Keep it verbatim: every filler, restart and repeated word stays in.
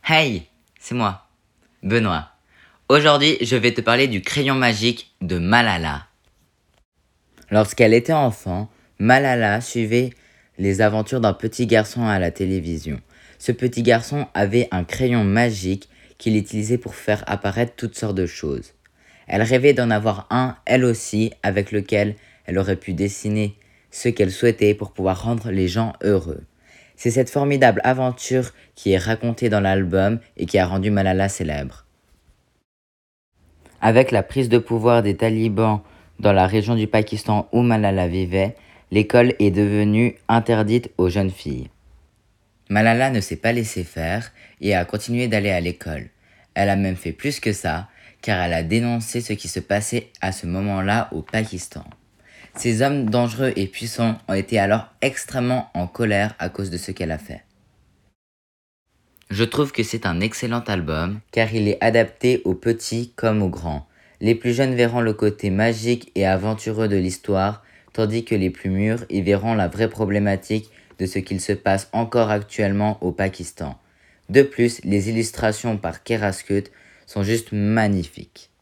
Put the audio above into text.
Hey, c'est moi, Benoît. Aujourd'hui, je vais te parler du crayon magique de Malala. Lorsqu'elle était enfant, Malala suivait les aventures d'un petit garçon à la télévision. Ce petit garçon avait un crayon magique qu'il utilisait pour faire apparaître toutes sortes de choses. Elle rêvait d'en avoir un, elle aussi, avec lequel elle aurait pu dessiner ce qu'elle souhaitait pour pouvoir rendre les gens heureux. C'est cette formidable aventure qui est racontée dans l'album et qui a rendu Malala célèbre. Avec la prise de pouvoir des talibans dans la région du Pakistan où Malala vivait, l'école est devenue interdite aux jeunes filles. Malala ne s'est pas laissée faire et a continué d'aller à l'école. Elle a même fait plus que ça, car elle a dénoncé ce qui se passait à ce moment-là au Pakistan. Ces hommes dangereux et puissants ont été alors extrêmement en colère à cause de ce qu'elle a fait. Je trouve que c'est un excellent album, car il est adapté aux petits comme aux grands. Les plus jeunes verront le côté magique et aventureux de l'histoire, tandis que les plus mûrs y verront la vraie problématique de ce qu'il se passe encore actuellement au Pakistan. De plus, les illustrations par Keraskut sont juste magnifiques.